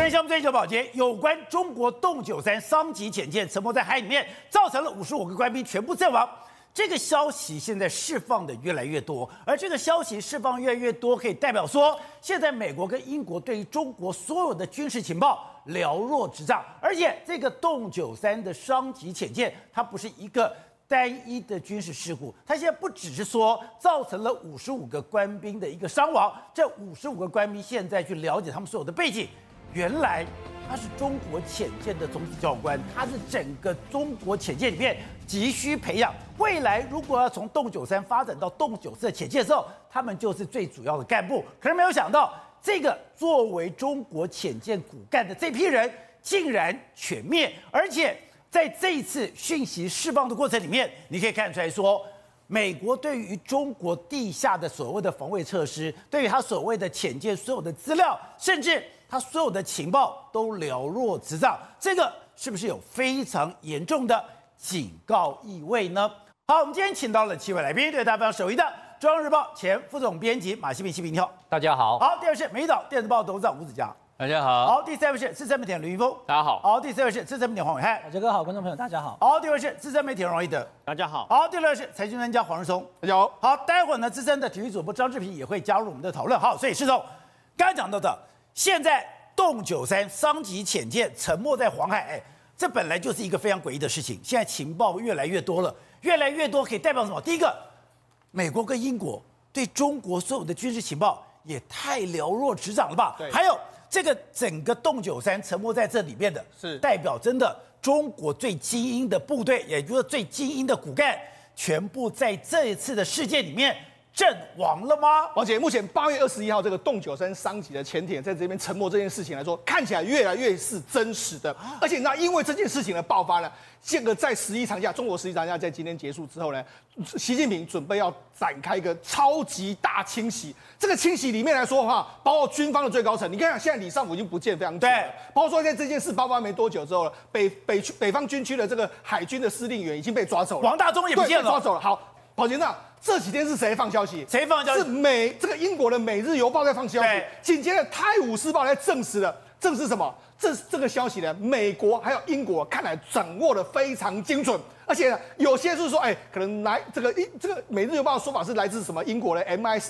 关于项目追求保洁，有关中国洞93商级潜舰沉没在海里面，造成了55个官兵全部阵亡。这个消息现在释放的越来越多，而这个消息释放越来越多，可以代表说，现在美国跟英国对于中国所有的军事情报了若指掌，而且这个洞93的商级潜舰，它不是一个单一的军事事故，它现在不只是说造成了55个官兵的一个伤亡，这55个官兵现在去了解他们所有的背景，原来他是中国潜舰的总体教官，他是整个中国潜舰里面急需培养。未来如果要从洞93发展到洞94的潜舰的时候，他们就是最主要的干部。可是没有想到，这个作为中国潜舰骨干的这批人，竟然全灭，而且在这一次讯息释放的过程里面，你可以看出来说，美国对于中国地下的所谓的防卫设施，对于他所谓的潜舰所有的资料，甚至他所有的情报都了若指掌，这个是不是有非常严重的警告意味呢？好，我们今天请到了7位来宾，对大家非常熟悉的中央日报前副总编辑马西平，西平你好。 大家好。 好，第二位是美丽岛电子报董事长吴子嘉。 大家好。 好，第三位是资深媒体人刘云峰。 大家好。 好，第四位是资深媒体人黄伟汉。 杰哥好，观众朋友大家好。 好，第五位是资深媒体人王一德。 大家好。 好，第六位是财经专家黄日松。 大家好。 好，待会儿呢，资深的体育主播张志平也会加入我们的讨论。好，所以施总刚才讲到的，现在洞93商级潜舰沉没在黄海，这本来就是一个非常诡异的事情。现在情报越来越多了，越来越多可以代表什么？第一个，美国跟英国对中国所有的军事情报也太了若指掌了吧？ 对。 还有这个整个洞93沉没在这里面的， 是代表真的中国最精英的部队，也就是最精英的骨干，全部在这一次的事件里面阵亡了吗？ 王姐，目前8月21号这个洞93商级的潜艇在这边沉没这件事情来说，看起来越来越是真实的。而且那因为这件事情的爆发呢，这个在11长假，中国11长假在今天结束之后呢，习近平准备要展开一个超级大清洗。这个清洗里面来说的话，包括军方的最高层，你看现在李尚福已经不见非常久了， 对， 包括说在这件事爆发没多久之后了，北方军区的这个海军的司令员已经被抓走了， 王大中也不见了， 被抓走了。好。宝杰长，这几天是谁放消息？ 谁放消息？ 是这个英国的《每日邮报》在放消息，紧接着《泰晤士报》来证实了，证实什么？这个消息呢？美国还有英国看来掌握的非常精准，而且呢，有些是说，可能来这个《每日邮报》的说法是来自什么英国的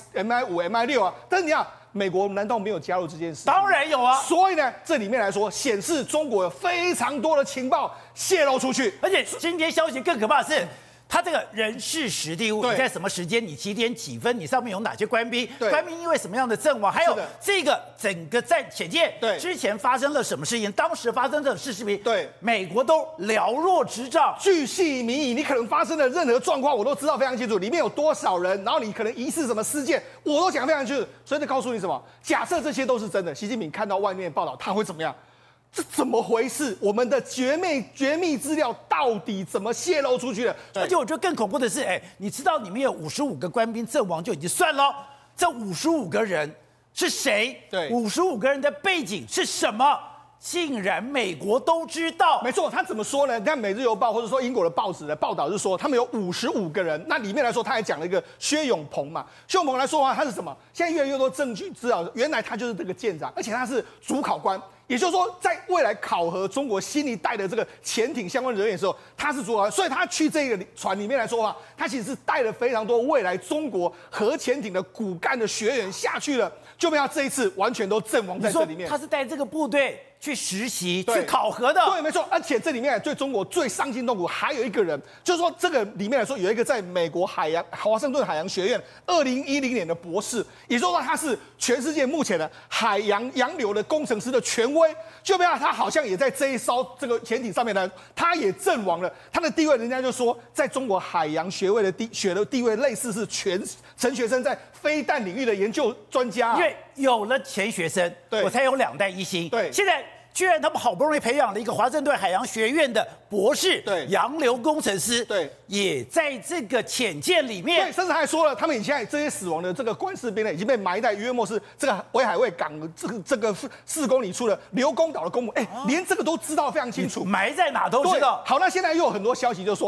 MI5、MI6啊，但是你看，美国难道没有加入这件事？ 当然有啊。 所以呢，这里面来说显示中国有非常多的情报泄露出去， 而且今天消息更可怕的是。他这个人事实地物，你在什么时间，你几点几分，你上面有哪些官兵，官兵因为什么样的阵亡，还有这个整个潜舰之前发生了什么事情，当时发生的事情， 对， 美国都了若指掌， 巨细靡遗，你可能发生的任何状况，我都知道非常清楚，里面有多少人，然后你可能疑似什么事件，我都讲得非常清楚。所以就告诉你什么？假设这些都是真的，习近平看到外面的报道，他会怎么样？这怎么回事？我们的绝密资料到底怎么泄露出去的？ 而且我觉得更恐怖的是，你知道里面有55个官兵阵亡就已经算了，这55个人是谁？ 对 ，55个人的背景是什么？竟然美国都知道。 没错，他怎么说呢？你看《每日邮报》或者说英国的报纸的报道是说，他们有55个人。那里面来说，他还讲了一个薛永鹏嘛。薛永鹏来说的话，他是什么？现在越来越多证据资料，原来他就是这个舰长，而且他是主考官。也就是说，在未来考核中国新一代的这个潜艇相关人员的时候，他是主考官，所以他去这个船里面来说的话，他其实是带了非常多未来中国核潜艇的骨干的学员下去了，就没想到这一次完全都阵亡在这里面。 他是带这个部队去实习、去考核的。 对，没错。而且这里面对中国最伤筋动骨还有一个人，就是说这个里面来说有一个在美国华盛顿海洋学院2010年的博士，也就是说他是全世界目前的海洋洋流的工程师的权威。就没想到他好像也在这一艘这个潜艇上面呢，他也阵亡了。他的地位，人家就说在中国海洋学位的地位类似是陈学生在飞弹领域的研究专家因为有了钱学森，我才有2代一星。 对， 现在居然他们好不容易培养了一个华盛顿海洋学院的博士， 对， 洋流工程师， 对， 也在这个潜舰里面。 对，甚至还说了，他们现在这些死亡的这个官士兵呢，已经被埋在约莫是这个威海卫港这个4公里处的刘公岛的公墓。连这个都知道非常清楚， 埋在哪都知道。 好，那现在又有很多消息就说啊。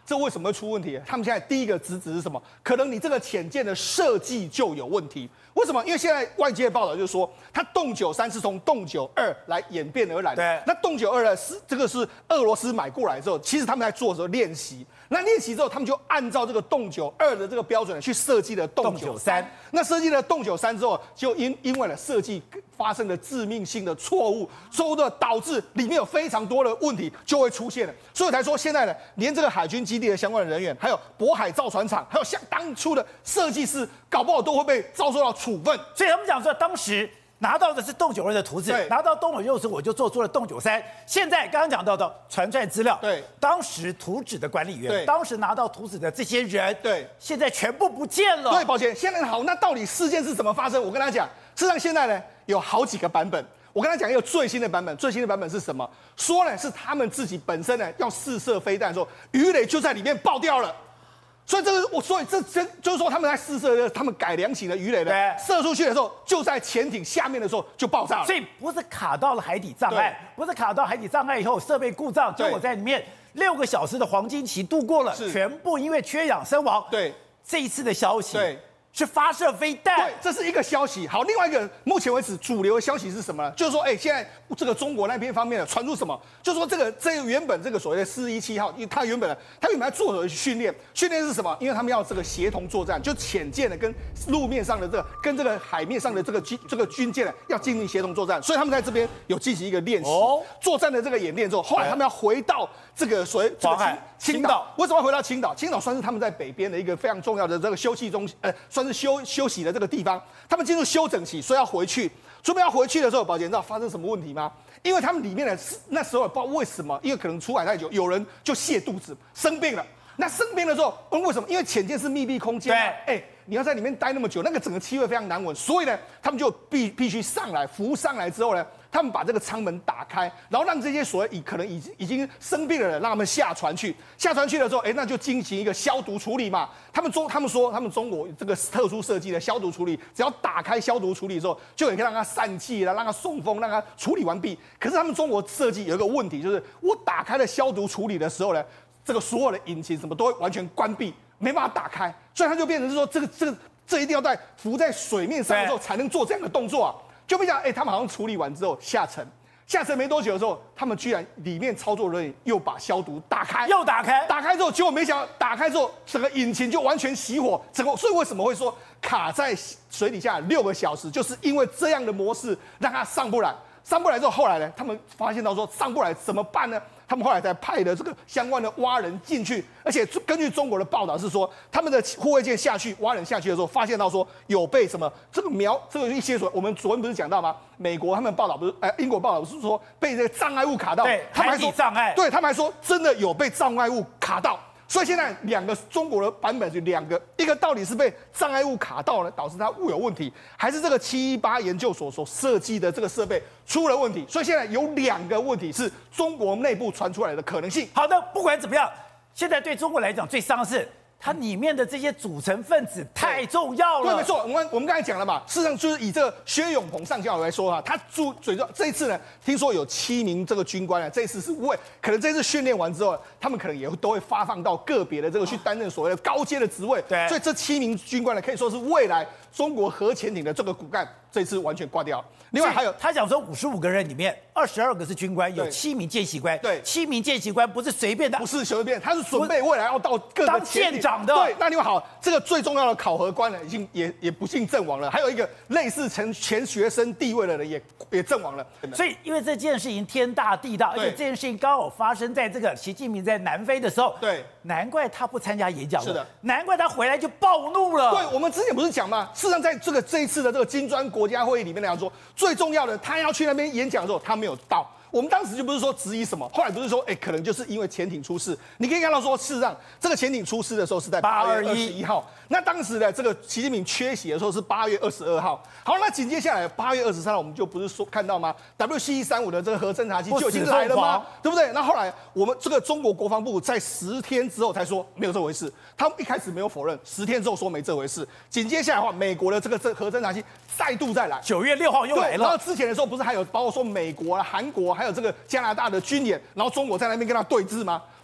这为什么会出问题？他们现在第一个直指是什么？可能你这个潜舰的设计就有问题。为什么？因为现在外界报道就是说，它洞93是从洞92来演变而来的。 对， 那洞92呢这个是俄罗斯买过来之后，其实他们在做的时候练习。那练习之后，他们就按照这个洞92的这个标准去设计了洞93。那设计了洞93之后，就因为呢设计发生了致命性的错误，导致里面有非常多的问题就会出现了。所以才说现在呢，连这个海军基地的相关的人员，还有渤海造船厂，还有像当初的设计师，搞不好都会被遭受到处分。 所以他们讲说，当时拿到的是洞92的图纸，拿到洞96时我就做出了洞93。现在刚刚讲到的传出来资料， 对， 当时图纸的管理员，当时拿到图纸的这些人， 对， 现在全部不见了。 对，抱歉，现在好，那到底事件是怎么发生？我跟他讲，事实上现在呢有好几个版本。我跟他讲一个最新的版本，最新的版本是什么？说呢是他们自己本身呢要试射飞弹的时候，鱼雷就在里面爆掉了。所以这就是说他们在试射他们改良型的鱼雷呢，射出去的时候就在潜艇下面的时候就爆炸了。 所以不是卡到了海底障碍，不是卡到海底障碍以后设备故障，结果在里面6个小时的黄金期度过了，全部因为缺氧身亡。 对， 这一次的消息， 对。 是发射飞弹， 对，这是一个消息。好，另外一个目前为止主流的消息是什么呢？就是说，现在这个中国那边方面的传出什么？就是说这个原本这个所谓的417号，因为它原本在做的训练是什么？因为他们要这个协同作战，就潜舰的跟路面上的跟这个海面上的这个军舰呢要进行协同作战，所以他们在这边有进行一个练习，作战的这个演练之后，后来他们要回到这个所谓这个青岛。为什么要回到青岛？青岛算是他们在北边的一个非常重要的这个休息中算是休息的这个地方，他们进入休整期，所以要回去。准备要回去的时候，宝杰，你知道发生什么问题吗？因为他们里面的那时候不知道为什么，因为可能出海太久，有人就泻肚子生病了。那生病的时候，为什么？因为潜舰是密闭空间，你要在里面待那么久，那个整个气味非常难闻，所以呢，他们就必须上来，浮上来之后呢，他们把这个舱门打开，然后让这些所谓可能已经生病的人，让他们下船去。下船去的时候，那就进行一个消毒处理嘛。他们说他们中国这个特殊设计的消毒处理，只要打开消毒处理之后，就可以让它散气了，让它送风，让它处理完毕。可是他们中国设计有一个问题，就是我打开了消毒处理的时候呢，这个所有的引擎什么都会完全关闭，没办法打开，所以它就变成是说这一定要在浮在水面上的时候才能做这样的动作啊。就没想他们好像处理完之后下沉没多久的时候，他们居然里面操作人员又把消毒打开，打开之后，结果没想到打开之后，整个引擎就完全熄火，所以为什么会说卡在水底下6个小时，就是因为这样的模式让它上不来之后，后来呢，他们发现到说上不来怎么办呢？他们后来才派了这个相关的蛙人进去，而且根据中国的报道是说，他们的护卫舰下去，蛙人下去的时候，发现到说有被什么这个一些我们昨天不是讲到吗？美国他们报道不是，英国报道不是说被这个障碍物卡到， 对， 他们还说海底障碍， 对他们还说真的有被障碍物卡到。所以现在2个中国的版本就2个，一个到底是被障碍物卡到呢，导致它物有问题，还是这个718研究所所设计的这个设备出了问题？所以现在有2个问题是中国内部传出来的可能性。 好的，不管怎么样，现在对中国来讲最伤的是它里面的这些组成分子太重要了。 对，没错，我们刚才讲了嘛，事实上就是以这个薛永鹏上校来说哈，他这一次呢，听说有7名这个军官呢，这一次是可能这次训练完之后，他们可能也都会发放到个别的这个去担任所谓的高阶的职位。 对， 所以这7名军官呢，可以说是未来中国核潜艇的这个骨干，这次完全挂掉。另外还有他讲说55个人里面22个是军官，有7名见习官。 对 ，7名见习官不是随便的， 不是随便，他是准备未来要到各个当舰长的。 对，那另外好，这个最重要的考核官呢，已经也不幸阵亡了，还有一个类似前学生地位的人也阵亡了。 所以因为这件事情天大地大，而且这件事情刚好发生在这个习近平在南非的时候。 对， 难怪他不参加演讲了。 是的， 难怪他回来就暴怒了。 对，我们之前不是讲吗？事实上，在这一次的这个金砖国家会议里面来说，最重要的，他要去那边演讲的时候，他没有到。我们当时就不是说质疑什么，后来不是说，可能就是因为潜艇出事。你可以看到说，事实上这个潜艇出事的时候是在8月21号，那当时的这个习近平缺席的时候是8月22号。好，那紧接下来8月23号，我们就不是说看到吗 ？WC-135的这个核侦察机就已经来了吗？对不对？那后来我们这个中国国防部在10天之后才说没有这回事，他们一开始没有否认，10天之后说没这回事。紧接下来的话，美国的这个核侦察机再度再来 ，9月6号又来了。 然后之前的时候不是还有包括说美国、韩国还有这个加拿大的军演，然后中国在那边跟他对峙吗？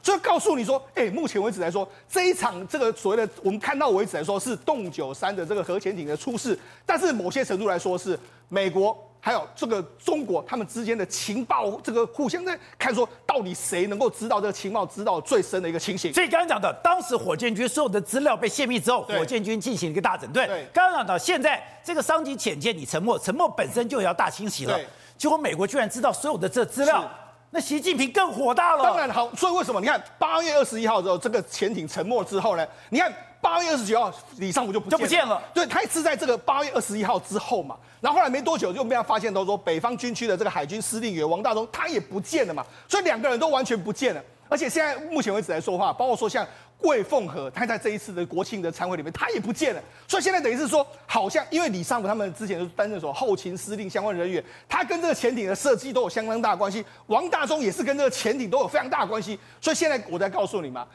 所以告诉你说，目前为止来说，这一场这个所谓的我们看到为止来说是洞9-3的这个核潜艇的出事，但是某些程度来说是美国还有这个中国他们之间的情报这个互相在看说，到底谁能够知道这个情报知道最深的一个情形。 所以刚刚讲的，当时火箭军所有的资料被泄密之后，火箭军进行一个大整顿。刚刚讲到现在这个商级潜舰你沉没本身就要大清洗了，结果美国居然知道所有的这资料。那习近平更火大了。 当然好，所以为什么你看8月21号之后，这个潜艇沉没之后呢？你看8月29号李尚福就不见了。对，他是在这个8月21号之后嘛，然后后来没多久就被他发现到说，北方军区的这个海军司令员王大中他也不见了嘛，所以2个人都完全不见了。而且现在目前为止来说话，包括说像魏凤和，他在这一次的国庆的参会里面，他也不见了。所以现在等于是说，好像因为李尚福他们之前就担任后勤司令相关人员，他跟这个潜艇的设计都有相当大的关系。王大中也是跟这个潜艇都有非常大的关系。所以现在我在告诉你嘛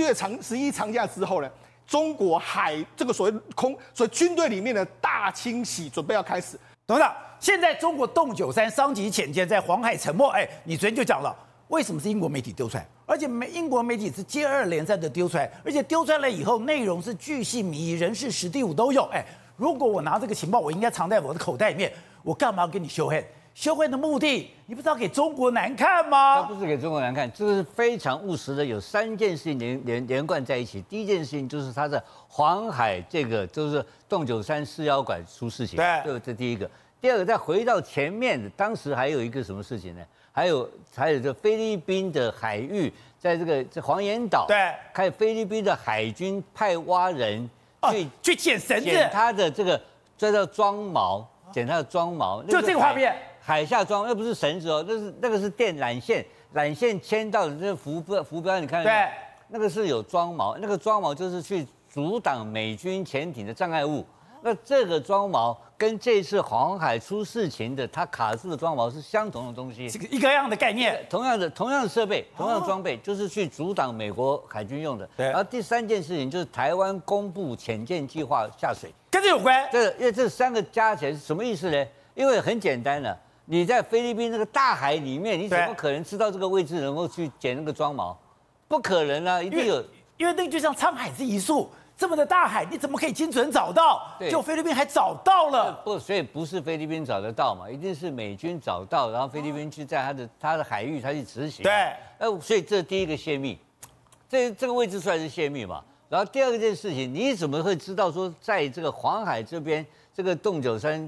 ，11长假之后呢，中国海这个所谓军队里面的大清洗准备要开始。 董事长，现在中国洞9-3商级潜舰在黄海沉没，你昨天就讲了。为什么是英国媒体丢出来？而且英国媒体是接二连三的丢出来，而且丢出来了以后，内容是巨细靡遗，人事实地物都有。如果我拿这个情报，我应该藏在我的口袋里面，我干嘛跟你修黑？修黑的目的，你不知道给中国难看吗？ 它不是给中国难看，这是非常务实的，有3件事情连贯在一起。第一件事情就是它的黄海这个就是洞9-34幺馆出事情，对，这第一个。第二个，再回到前面的，当时还有一个什么事情呢？还有这菲律宾的海域，在这黄岩岛，看菲律宾的海军派蛙人去捡绳子， 捡他的这叫装锚，捡他的装锚， 就这个画面， 海下装，那不是绳子哦，那个是电缆线牵到的这个浮标，你看到没有？那个是有装锚，那个装锚就是去阻挡美军潜艇的障碍物。那这个装锚跟这次黄海出事情的它卡住的装锚是相同的东西， 这个一个样的概念， 同样的设备，同样的装备，就是去阻挡美国海军用的。然后第3件事情就是台湾公布潜舰计划下水， 跟这有关。 因为这3个加起来是什么意思呢？因为很简单了，你在菲律宾那个大海里面，你怎么可能知道这个位置能够去捡那个装锚？不可能啊，一定有， 因为那个就像沧海之一粟。这么的大海，你怎么可以精准找到？就菲律宾还找到了， 所以不是菲律宾找得到嘛，一定是美军找到，然后菲律宾去在他的海域，他去执行。所以这第一个泄密，这个位置出来是泄密嘛。然后第二件事情，你怎么会知道说在这个黄海这边，这个洞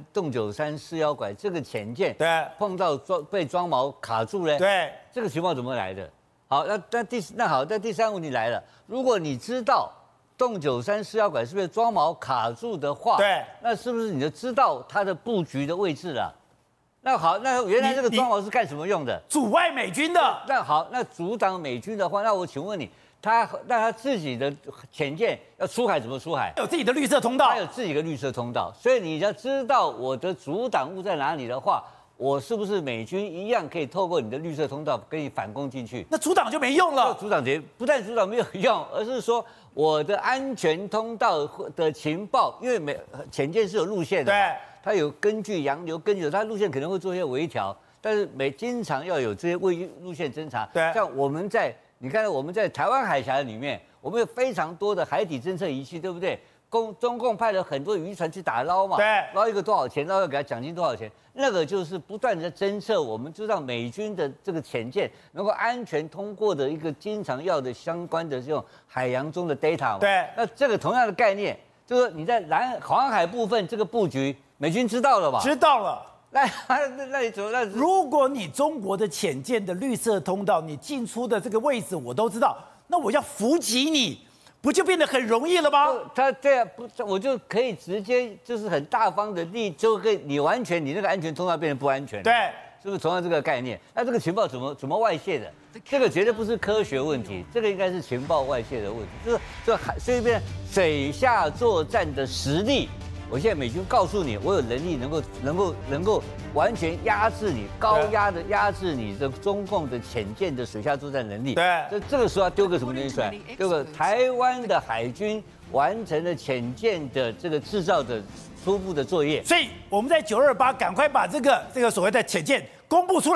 9-34幺馆这个潜舰碰到被装锚卡住呢？这个情报怎么来的？好，那第3个问题来了，如果你知道洞9-34幺馆是不是装锚卡住的话，那是不是你就知道它的布局的位置了？那好，那原来这个装锚是干什么用的？ 阻碍美军的。 那好，那阻挡美军的话，那我请问你，他自己的潜舰要出海怎么出海？ 有自己的绿色通道， 他有自己的绿色通道，所以你要知道我的阻挡物在哪里的话，我是不是美军一样可以透过你的绿色通道给你反攻进去？ 那阻挡就没用了。 阻挡不但阻挡没有用，而是说我的安全通道的情报，因为潜舰是有路线的，它有根据洋流，它路线可能会做一些微调，但是经常要有这些路线侦查。像你看我们在台湾海峡里面，我们有非常多的海底侦测仪器，对不对？中共派了很多渔船去打捞嘛，捞一个多少钱，捞要给他奖金多少钱，那个就是不断的侦测，我们就让美军的这个潜舰能够安全通过的一个经常要的相关的这种海洋中的 data 嘛。那这个同样的概念，就是你在黄海部分这个布局，美军知道了吧？ 知道了。 那你怎么？ 如果你中国的潜舰的绿色通道，你进出的这个位置我都知道，那我要伏击你。不就变得很容易了吗？ 我就可以直接就是很大方的就可以你那个安全通道变成不安全，是不是同样这个概念？那这个情报怎么外泄的？这个绝对不是科学问题，这个应该是情报外泄的问题，就是所以变水下作战的实力。我现在美军告诉你，我有能力能够完全压制你，高压的压制你的中共的潜舰的水下作战能力。这个时候要丢个什么东西出来？丢个台湾的海军完成了潜舰的这个制造的初步的作业。 所以我们在928赶快把这个所谓的潜舰公布出来，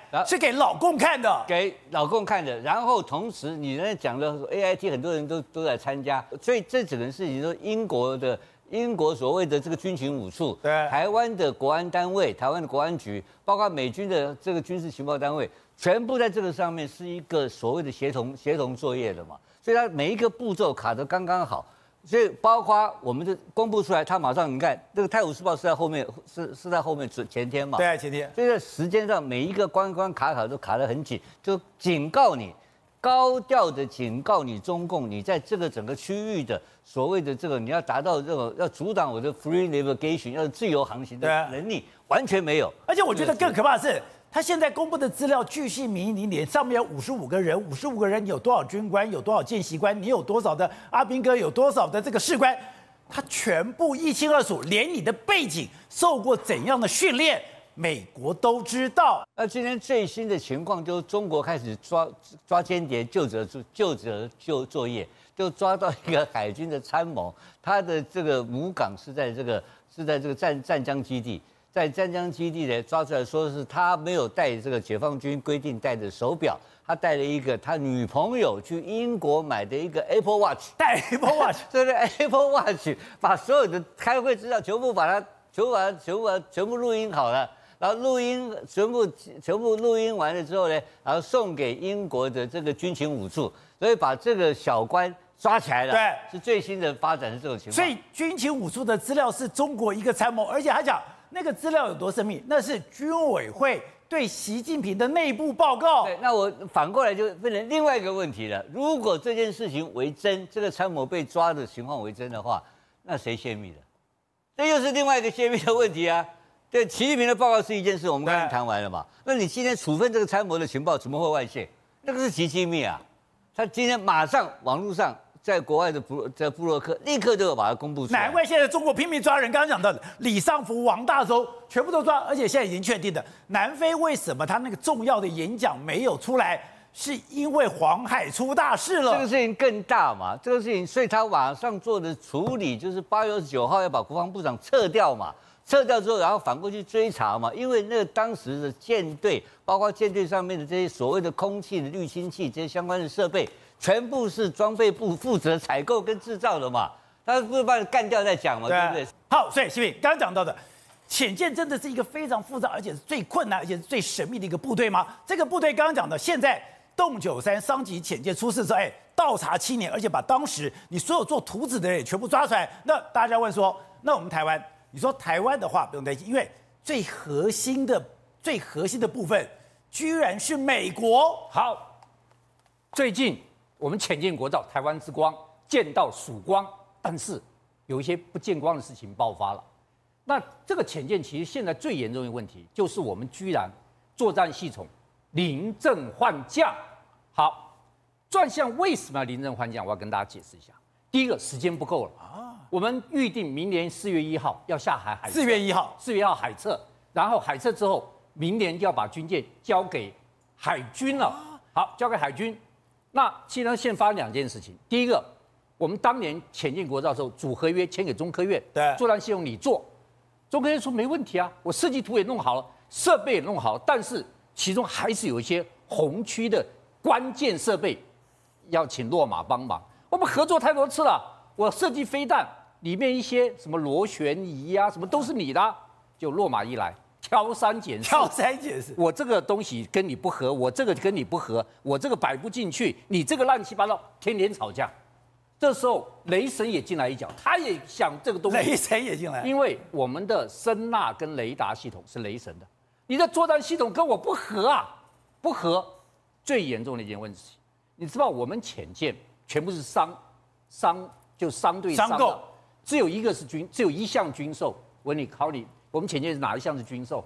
是给老共看的， 给老共看的。然后同时你在讲的 AIT 很多人都在参加，所以这整个事情说英国所谓的这个军情五处， 对， 台湾的国安单位、台湾的国安局，包括美军的这个军事情报单位，全部在这个上面是一个所谓的协同作业的嘛，所以它每一个步骤卡得刚刚好。所以包括我们就公布出来，他马上你看，这个《泰晤士报》是在后面，是在后面前天嘛？ 对，前天。 所以在时间上，每一个关卡都卡得很紧，就警告你，高调的警告你，中共，你在这个整个区域的所谓的这个，你要达到这种要阻挡我的 free navigation， 要自由航行的能力，完全没有。 而且我觉得更可怕的是，他现在公布的资料巨细靡遗，连上面有55个人，55个人有多少军官，有多少见习官，你有多少的阿兵哥，有多少的这个士官，他全部一清二楚，连你的背景、受过怎样的训练，美国都知道。 那今天最新的情况就是中国开始抓间谍、就责作业，就抓到一个海军的参谋，他的这个母港是在这个湛江基地。在湛江基地呢，抓出来说是他没有带这个解放军规定带的手表，他带了一个他女朋友去英国买的一个 Apple Watch， 带 Apple Watch， 对对 ，Apple Watch， 把所有的开会资料全部录音好了，然后录音全部录音完了之后呢，然后送给英国的这个军情五处，所以把这个小官抓起来了。 对， 是最新的发展是这种情况。 所以军情五处的资料是中国一个参谋，而且他讲。那个资料有多神秘？那是军委会对习近平的内部报告。 对，那我反过来就变成另外一个问题了。如果这件事情为真，这个参谋被抓的情况为真的话，那谁泄密的？这又是另外一个泄密的问题啊。对，习近平的报告是一件事，我们刚才谈完了嘛。那你今天处分这个参谋的情报，怎么会外泄？那个是极机密啊。他今天马上网络上。在国外的部落客立刻就有把它公布出来。 难怪现在中国拼命抓人，刚刚讲到的李尚福、王大洲全部都抓，而且现在已经确定的，南非为什么他那个重要的演讲没有出来，是因为黄海出大事了。 这个事情更大嘛，这个事情，所以他马上做的处理就是8月29号要把国防部长撤掉嘛，撤掉之后，然后反过去追查嘛，因为那当时的舰队，包括舰队上面的这些所谓的空气的滤清器这些相关的设备。全部是装备部负责采购跟制造的嘛，他不是把你干掉再讲嘛，对不对？ 好，所以习近平刚刚讲到的潜舰真的是一个非常复杂，而且是最困难，而且是最神秘的一个部队吗？这个部队刚刚讲的，现在洞93商级潜舰出事之后，倒查7年，而且把当时你所有做图纸的人也全部抓出来。那大家问说，那我们台湾，你说台湾的话不用担心，因为最核心的部分居然是美国。 好，最近。我们潜舰国造台湾之光见到曙光，但是有一些不见光的事情爆发了。那这个潜舰其实现在最严重的问题就是我们居然作战系统临阵换将。好，转向为什么要临阵换将？我要跟大家解释一下。第一个，时间不够了啊，我们预定明年4月1号要下海测。4 月1号海测，然后海测之后，明年就要把军舰交给海军了。好，交给海军。那现在发生2件事情。第一个，我们当年潜舰国造的时候，主合约签给中科院， 对， 作战系统你做，中科院说没问题啊，我设计图也弄好了，设备也弄好了，但是其中还是有一些红区的关键设备要请洛马帮忙。我们合作太多次了，我设计飞弹里面一些什么螺旋仪啊，什么都是你的，就洛马一来。挑三拣四，我这个东西跟你不合，我这个跟你不合，我这个摆不进去，你这个乱七八糟，天天吵架。这时候雷神也进来一脚，他也想这个东西。 雷神也进来， 因为我们的声呐跟雷达系统是雷神的，你的作战系统跟我不合啊，不合。最严重的一件问题，你知道我们潜舰全部是商对商的，只有一项军售，我问你考虑。我们潜舰是哪一项是军售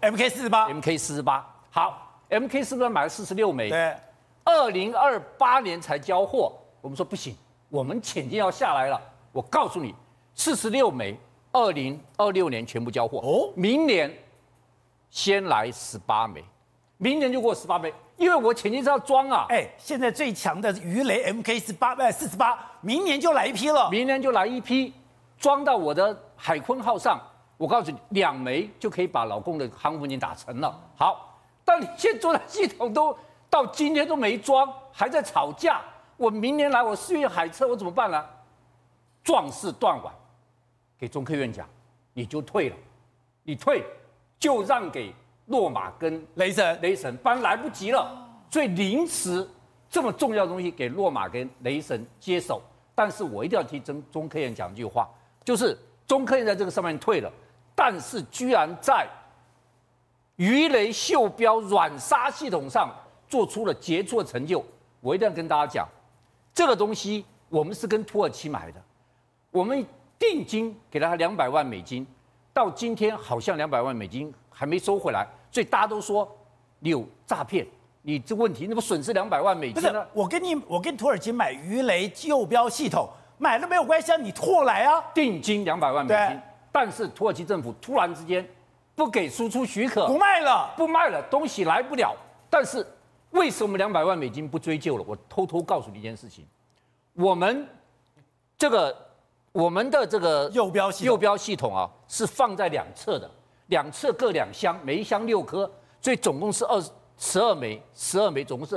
？MK48。 好 ，MK48买了46枚， 对 ，2028年才交货。我们说不行，我们潜舰要下来了。我告诉你，46枚，2026年全部交货。哦，明年先来18枚，明年就给我18枚，因为我潜舰是要装啊。 现在最强的鱼雷 MK48，明年就来一批了。 明年就来一批，装到我的海鲲号上。我告诉你，2枚就可以把老共的航母舰打沉了。好， 但你现在作战系统都到今天都没装，还在吵架。我明年来，我4月海测，我怎么办呢？壮士断腕，给中科院讲，你就退了，你退就让给洛马跟雷神，不然来不及了。所以临时这么重要的东西给洛马跟雷神接手，但是我一定要替中科院讲一句话，就是中科院在这个上面退了，但是居然在鱼雷袖标软杀系统上做出了杰出的成就。我一定要跟大家讲，这个东西我们是跟土耳其买的，我们定金给了他200万美金，到今天好像200万美金还没收回来，所以大家都说你有诈骗，你这问题，那不损失200万美金呢？ 不是，我跟土耳其买鱼雷袖标系统，买了没有关系啊，你货来啊， 定金200万美金，但是土耳其政府突然之间不给输出许可， 不卖了，东西来不了。但是为什么200万美金不追究了？我偷偷告诉你一件事情，我们的这个右标系统啊，是放在2侧的，2侧各2箱，每一箱6颗，所以总共是12枚，总共是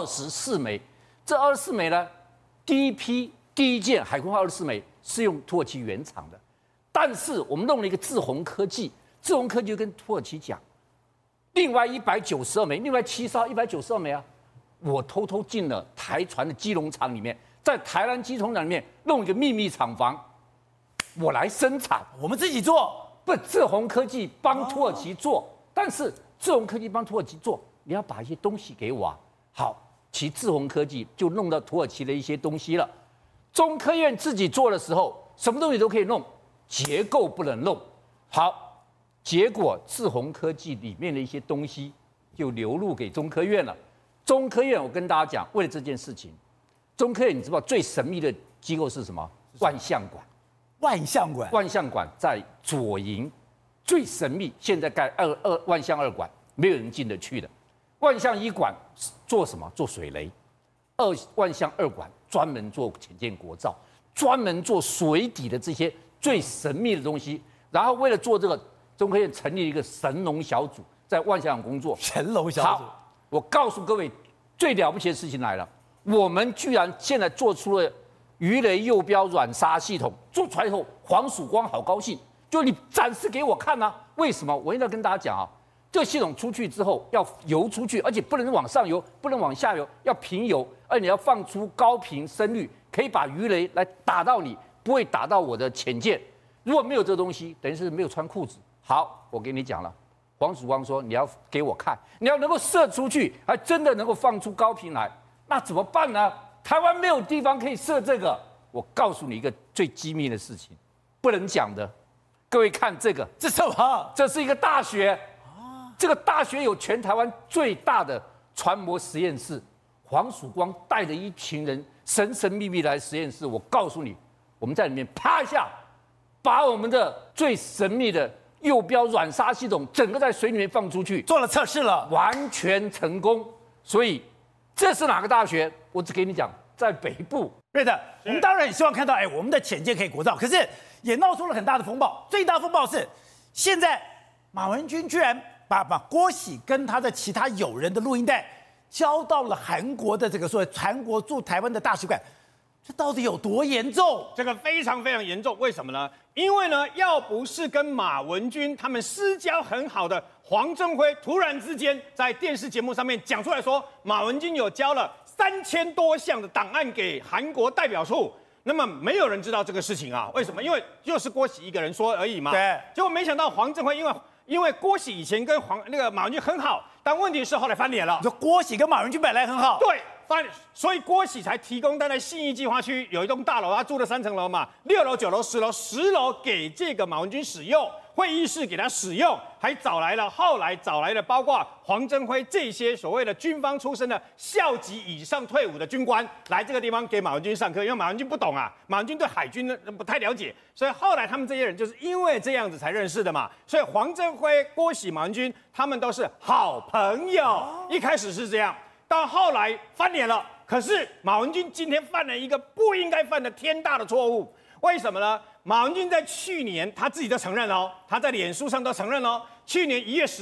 24枚。这24枚呢，第一件海空号24枚是用土耳其原厂的，但是我们弄了一个智鸿科技就跟土耳其讲，另外192枚，另外7艘192枚啊，我偷偷进了台船的基隆厂里面，在台湾机场里面弄一个秘密厂房，我来生产， 我们自己做， 不，智鸿科技帮土耳其做，但是智鸿科技帮土耳其做，你要把一些东西给我啊。好，其智鸿科技就弄到土耳其的一些东西了。中科院自己做的时候，什么东西都可以弄，结构不能弄。好，结果智鸿科技里面的一些东西就流入给中科院了。中科院，我跟大家讲，为了这件事情，中科院你知道最神秘的机构是什么？万象馆。万象馆在左营，最神秘。现在盖万象2馆，没有人进得去的。万象1馆做什么？做水雷。万象2馆专门做潜舰国造，专门做水底的这些最神秘的东西。然后为了做这个，中科院成立一个神龙小组，在万象工作。 神龙小组。 好，我告诉各位，最了不起的事情来了，我们居然现在做出了鱼雷右标软杀系统，做出来以后，黄曙光好高兴，就你展示给我看啊！为什么？我一定要跟大家讲啊，这个系统出去之后要游出去，而且不能往上游，不能往下游，要平游，而且你要放出高频声率，可以把鱼雷来打到你，不会打到我的潜舰。如果没有这个东西，等于是没有穿裤子。好，我跟你讲了，黄曙光说你要给我看，你要能够射出去，还真的能够放出高频来，那怎么办呢？台湾没有地方可以设这个。我告诉你一个最机密的事情，不能讲的。各位看这个， 这什么？ 这是一个大学。这个大学有全台湾最大的船模实验室。黄曙光带着一群人神神秘秘来实验室。我告诉你，我们在里面啪一下，把我们的最神秘的右标软杀系统整个在水里面放出去， 做了测试了， 完全成功。所以这是哪个大学？我只给你讲，在北部。 对的，我们当然也希望看到，我们的潜舰可以国造，可是也闹出了很大的风暴。最大风暴是，现在马文君居然把郭喜跟他的其他友人的录音带交到了韩国的这个所谓韩国驻台湾的大使馆，这到底有多严重？ 这个非常非常严重，为什么呢？因为呢，要不是跟马文君他们私交很好的黄镇辉，突然之间在电视节目上面讲出来说，马文君有交了3000多项的档案给韩国代表处，那么没有人知道这个事情啊？为什么？因为就是郭喜一个人说而已嘛。 对。 结果没想到黄镇辉因为郭喜以前跟马文君很好，但问题是后来翻脸了。 你说郭喜跟马文君本来很好。 对。所以郭喜才提供他在信义计划区有一栋大楼，他住了3层楼嘛，6楼、9楼、10楼，10楼给这个马文君使用，会议室给他使用，还后来找来了包括黄镇辉这些所谓的军方出身的校级以上退伍的军官来这个地方给马文君上课，因为马文君不懂啊，马文君对海军不太了解，所以后来他们这些人就是因为这样子才认识的嘛。所以黄镇辉、郭喜、马文君他们都是好朋友，一开始是这样。到后来翻脸了，可是马文君今天犯了一个不应该犯的天大的错误，为什么呢？马文君在去年他自己都承认哦，他在脸书上都承认哦，去年1月10号，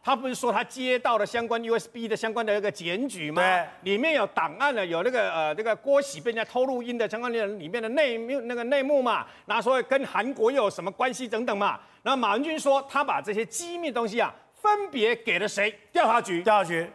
他不是说他接到了相关 USB 的相关的一个检举吗？ 对， 里面有档案了，有那个这个郭喜被人家偷录音的相关的里面的内幕嘛，然后说跟韩国又有什么关系等等嘛。然后马文君说他把这些机密东西啊，分别给了谁？调查局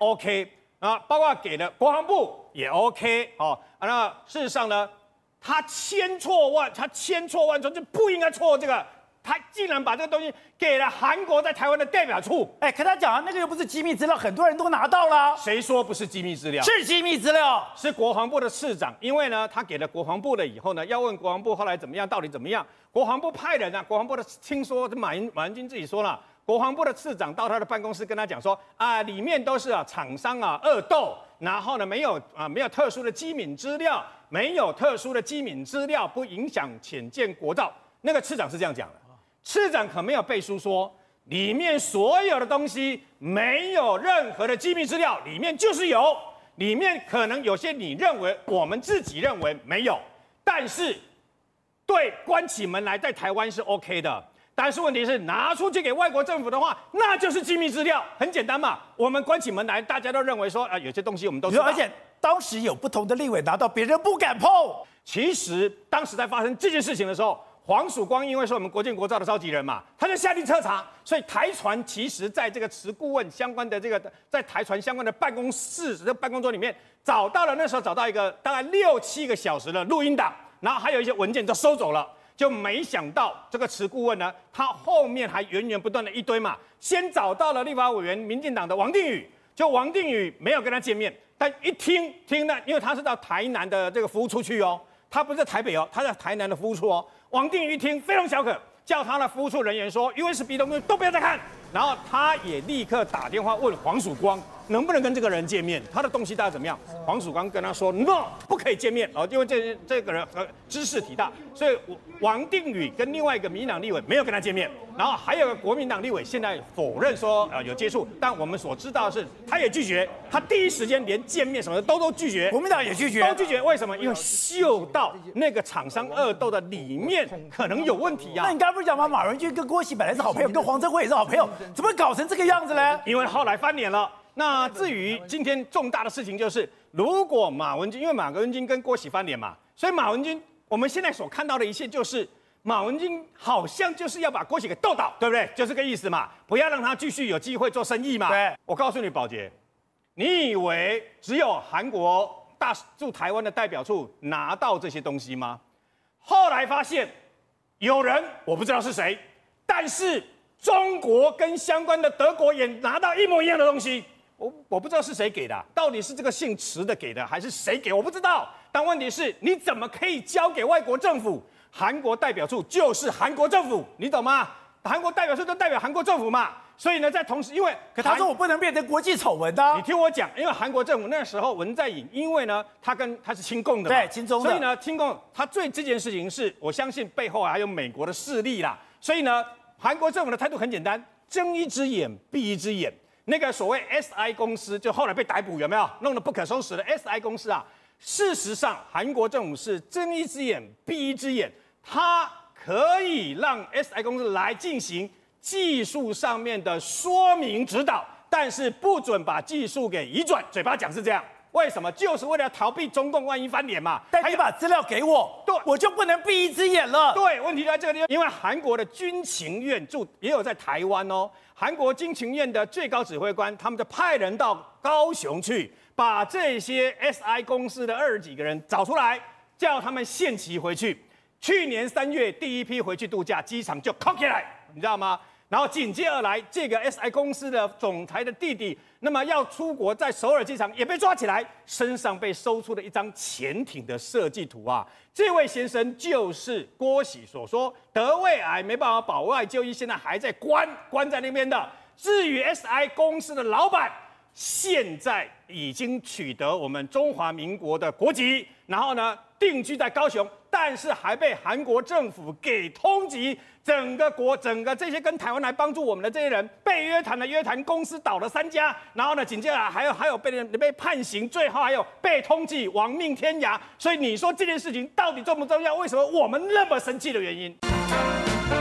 OK 啊，包括给了国防部也 OK 哦。那事实上呢，他千错万错就不应该错这个。他竟然把这个东西给了韩国在台湾的代表处。 哎，可他讲啊，那个又不是机密资料，很多人都拿到了。 谁说不是机密资料？ 是机密资料， 是国防部的次长。因为呢，他给了国防部了以后呢，要问国防部后来怎么样，到底怎么样？国防部派人啊，国防部的听说马文君自己说了，国防部的次长到他的办公室跟他讲说啊，里面都是厂商恶斗，然后呢没有特殊的机密资料，没有特殊的机密资料不影响潜舰国造。那个次长是这样讲的。次长可没有背书说，里面所有的东西没有任何的机密资料，里面就是有，里面可能有些你认为我们自己认为没有，但是对关起门来在台湾是 OK 的。但是问题是拿出去给外国政府的话，那就是机密资料，很简单嘛。我们关起门来，大家都认为说有些东西我们都知道， 而且当时有不同的立委拿到，别人不敢碰。 其实当时在发生这件事情的时候，黄曙光因为是我们国建国造的召集人嘛，他就下令彻查，所以台船其实在这个池顾问相关的这个在台船相关的办公室这办公桌里面那时候找到一个大概6、7个小时的录音档，然后还有一些文件都收走了，就没想到这个池顾问呢，他后面还源源不断的一堆嘛，先找到了立法委员民进党的王定宇，就王定宇没有跟他见面，但一听呢，因为他是到台南的这个服务处去哦，他不是在台北哦，他在台南的服务处哦。王定宇一听非常小可，叫他的服务处人员说 USB 东西都不要再看，然后他也立刻打电话问黄曙光能不能跟这个人见面，他的东西大概怎么样？黄曙光跟他说 no， 不可以见面哦，因为这个人知识体大，所以王定宇跟另外一个民进党立委没有跟他见面，然后还有个国民党立委现在否认说有接触，但我们所知道的是他也拒绝，他第一时间连见面什么的都拒绝， 国民党也拒绝， 都拒绝，为什么？因为嗅到那个厂商恶斗的里面可能有问题啊。 那你刚刚不是讲吗？马文君跟郭喜本来是好朋友，跟黄镇辉也是好朋友，怎么搞成这个样子呢？ 因为后来翻脸了。那至于今天重大的事情就是，如果马文君，因为马文君跟郭喜翻脸嘛，所以马文君我们现在所看到的一切就是马文君好像就是要把郭喜给斗倒，对不对？就这个意思嘛，不要让他继续有机会做生意嘛。 对， 我告诉你，宝杰，你以为只有韩国驻台湾的代表处拿到这些东西吗？后来发现有人我不知道是谁，但是中国跟相关的德国也拿到一模一样的东西。我不知道是谁给的，到底是这个姓池的给的，还是谁给？我不知道。但问题是，你怎么可以交给外国政府？韩国代表处就是韩国政府，你懂吗？韩国代表处就代表韩国政府嘛。所以呢，在同时，因为可他说我不能变成国际丑闻的。 你听我讲，因为韩国政府那时候文在寅，因为呢他是亲共的嘛， 对，亲中的， 所以呢亲共他这件事情是我相信背后还有美国的势力啦。所以呢，韩国政府的态度很简单，睁一只眼闭一只眼。那个所谓 SI 公司就后来被逮捕，有没有弄得不可收拾的 SI 公司啊？事实上，韩国政府是睁一只眼闭一只眼，它可以让 SI 公司来进行技术上面的说明指导，但是不准把技术给移转。嘴巴讲是这样，为什么？就是为了逃避中共万一翻脸嘛。 但你把资料给我，对，我就不能闭一只眼了。 对，问题就在这个地方，因为韩国的军情院也有在台湾哦。韩国军情院的最高指挥官，他们就派人到高雄去，把这些 SI 公司的20几个人找出来，叫他们限期回去。去年3月第一批回去度假，机场就铐起来，你知道吗？然后紧接而来，这个 SI 公司的总裁的弟弟，那么要出国，在首尔机场也被抓起来，身上被搜出了一张潜艇的设计图啊。这位先生就是郭喜所说得胃癌没办法保外就医，现在还在关在那边的。至于 SI 公司的老板，现在已经取得我们中华民国的国籍，然后呢定居在高雄，但是还被韩国政府给通缉。整个这些跟台湾来帮助我们的这些人被约谈的约谈公司倒了3家，然后呢紧接着还有被判刑，最后还有被通缉亡命天涯。所以你说这件事情到底重不重要？为什么我们那么生气的原因？